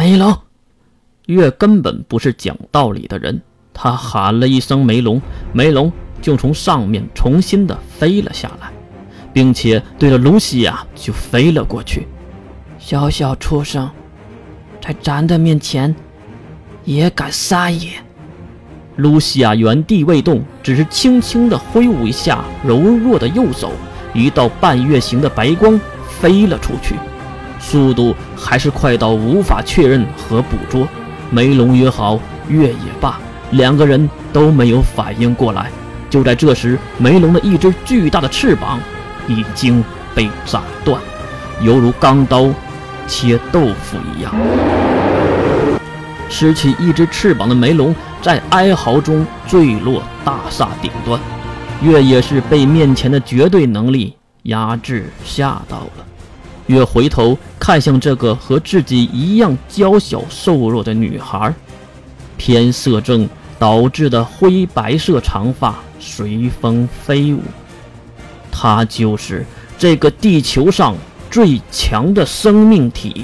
梅龙！月根本不是讲道理的人，他喊了一声梅龙，梅龙就从上面重新的飞了下来，并且对着露西亚就飞了过去。 小小畜生，在咱的面前也敢撒野！ 露西亚原地未动，只是轻轻地挥舞一下柔弱的右手，一道半月形的白光飞了出去，速度还是快到无法确认和捕捉。梅龙也好，月也罢，两个人都没有反应过来。就在这时，梅龙的一只巨大的翅膀已经被斩断，犹如钢刀切豆腐一样。失去一只翅膀的梅龙在哀嚎中坠落大厦顶端，月也是被面前的绝对能力压制吓到了。月回头看向这个和自己一样娇小瘦弱的女孩，偏色症导致的灰白色长发随风飞舞，她就是这个地球上最强的生命体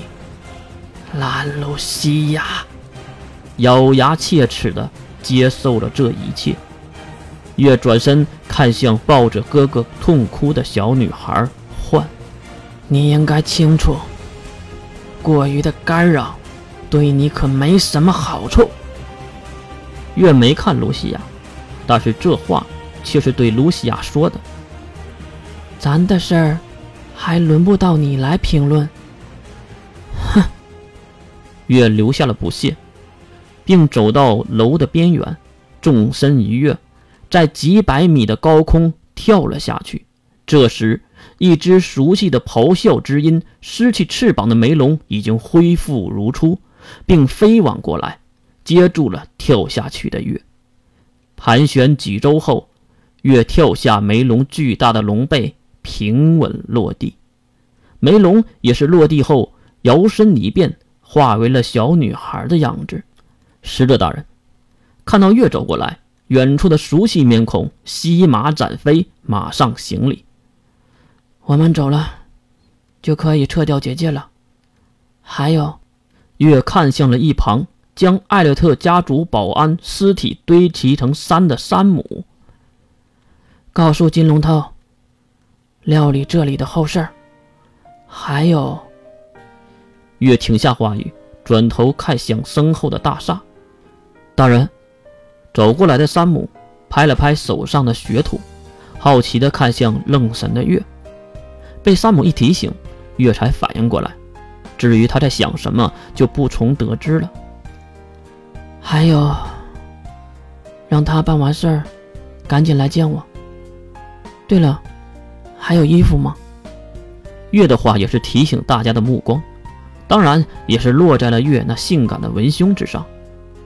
——兰露西亚。咬牙切齿地接受了这一切。月转身看向抱着哥哥痛哭的小女孩幻， 你应该清楚，过于的干扰对你可没什么好处。 月没看露西亚，但是这话却是对露西亚说的。 咱的事儿还轮不到你来评论。 哼！月留下了不屑，并走到楼的边缘，纵身一跃，在几百米的高空跳了下去。这时，一只熟悉的咆哮之音，失去翅膀的梅龙已经恢复如初，并飞往过来，接住了跳下去的月。盘旋几周后，月跳下梅龙巨大的龙背，平稳落地。梅龙也是落地后摇身一变，化为了小女孩的样子。使者大人，看到月走过来，远处的熟悉面孔西马展飞，马上行礼。 我们走了，就可以撤掉结界了。还有， 月看向了一旁将艾略特家族保安尸体堆砌成山的山姆， 告诉金龙头料理这里的后事。还有， 月停下话语，转头看向身后的大厦。大人，走过来的山姆拍了拍手上的血土，好奇地看向愣神的月。被山姆一提醒，月才反应过来，至于他在想什么就不从得知了。 还有，让他办完事儿赶紧来见我。对了，还有衣服吗？ 月的话也是提醒大家的目光，当然也是落在了月那性感的文胸之上。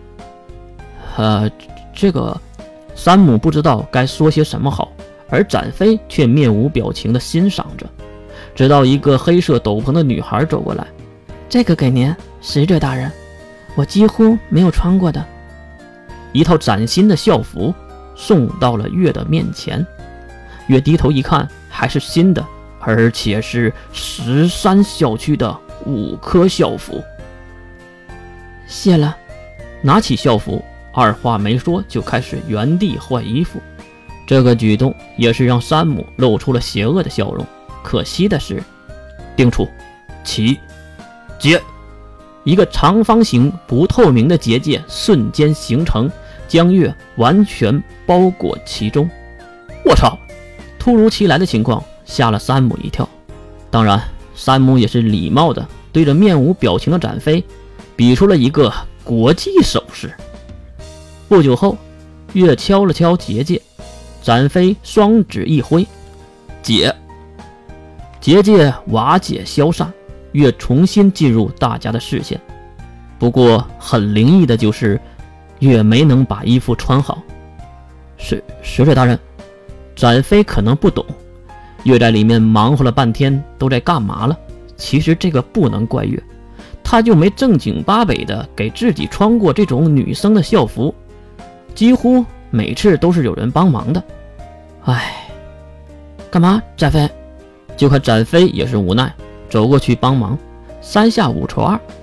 这个山姆不知道该说些什么好，而展飞却面无表情地欣赏着，直到一个黑色斗篷的女孩走过来。 这个给您，使者大人，我几乎没有穿过的。 一套崭新的校服送到了月的面前。月低头一看，还是新的，而且是13校区的5科校服。 谢了。 拿起校服，二话没说就开始原地换衣服。这个举动也是让山姆露出了邪恶的笑容。可惜的是，定处起结，一个长方形不透明的结界瞬间形成，将月完全包裹其中。我操！突如其来的情况吓了山姆一跳。当然，山姆也是礼貌的对着面无表情的展飞比出了一个国际手势。不久后，月敲了敲结界，展飞双指一挥，解。结界瓦解消散，月重新进入大家的视线。不过很灵异的就是，月没能把衣服穿好。使者大人，展飞可能不懂，月在里面忙活了半天都在干嘛了。其实这个不能怪月，他就没正经八百的给自己穿过这种女生的校服，几乎每次都是有人帮忙的。唉， 干嘛展飞？ 就看展飞也是无奈，走过去帮忙，3下5除2，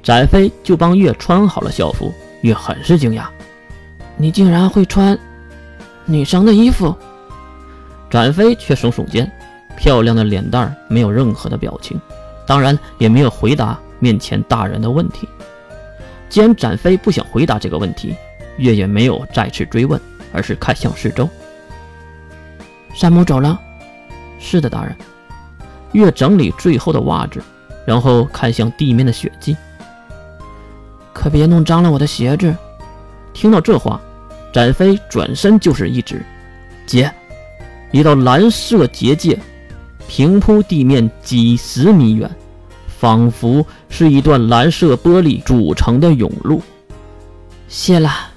展飞就帮月穿好了校服，月很是惊讶：“ 你竟然会穿女生的衣服？” 展飞却耸耸肩，漂亮的脸蛋没有任何的表情，当然也没有回答面前大人的问题。既然展飞不想回答这个问题，月也没有再次追问，而是看向四周。 山姆走了。 是的，大人。月整理最后的袜子，然后看向地面的血迹。 可别弄脏了我的鞋子。 听到这话，展飞转身就是一指，姐！一道蓝色结界平铺地面几十米远，仿佛是一段蓝色玻璃组成的甬路。 谢了。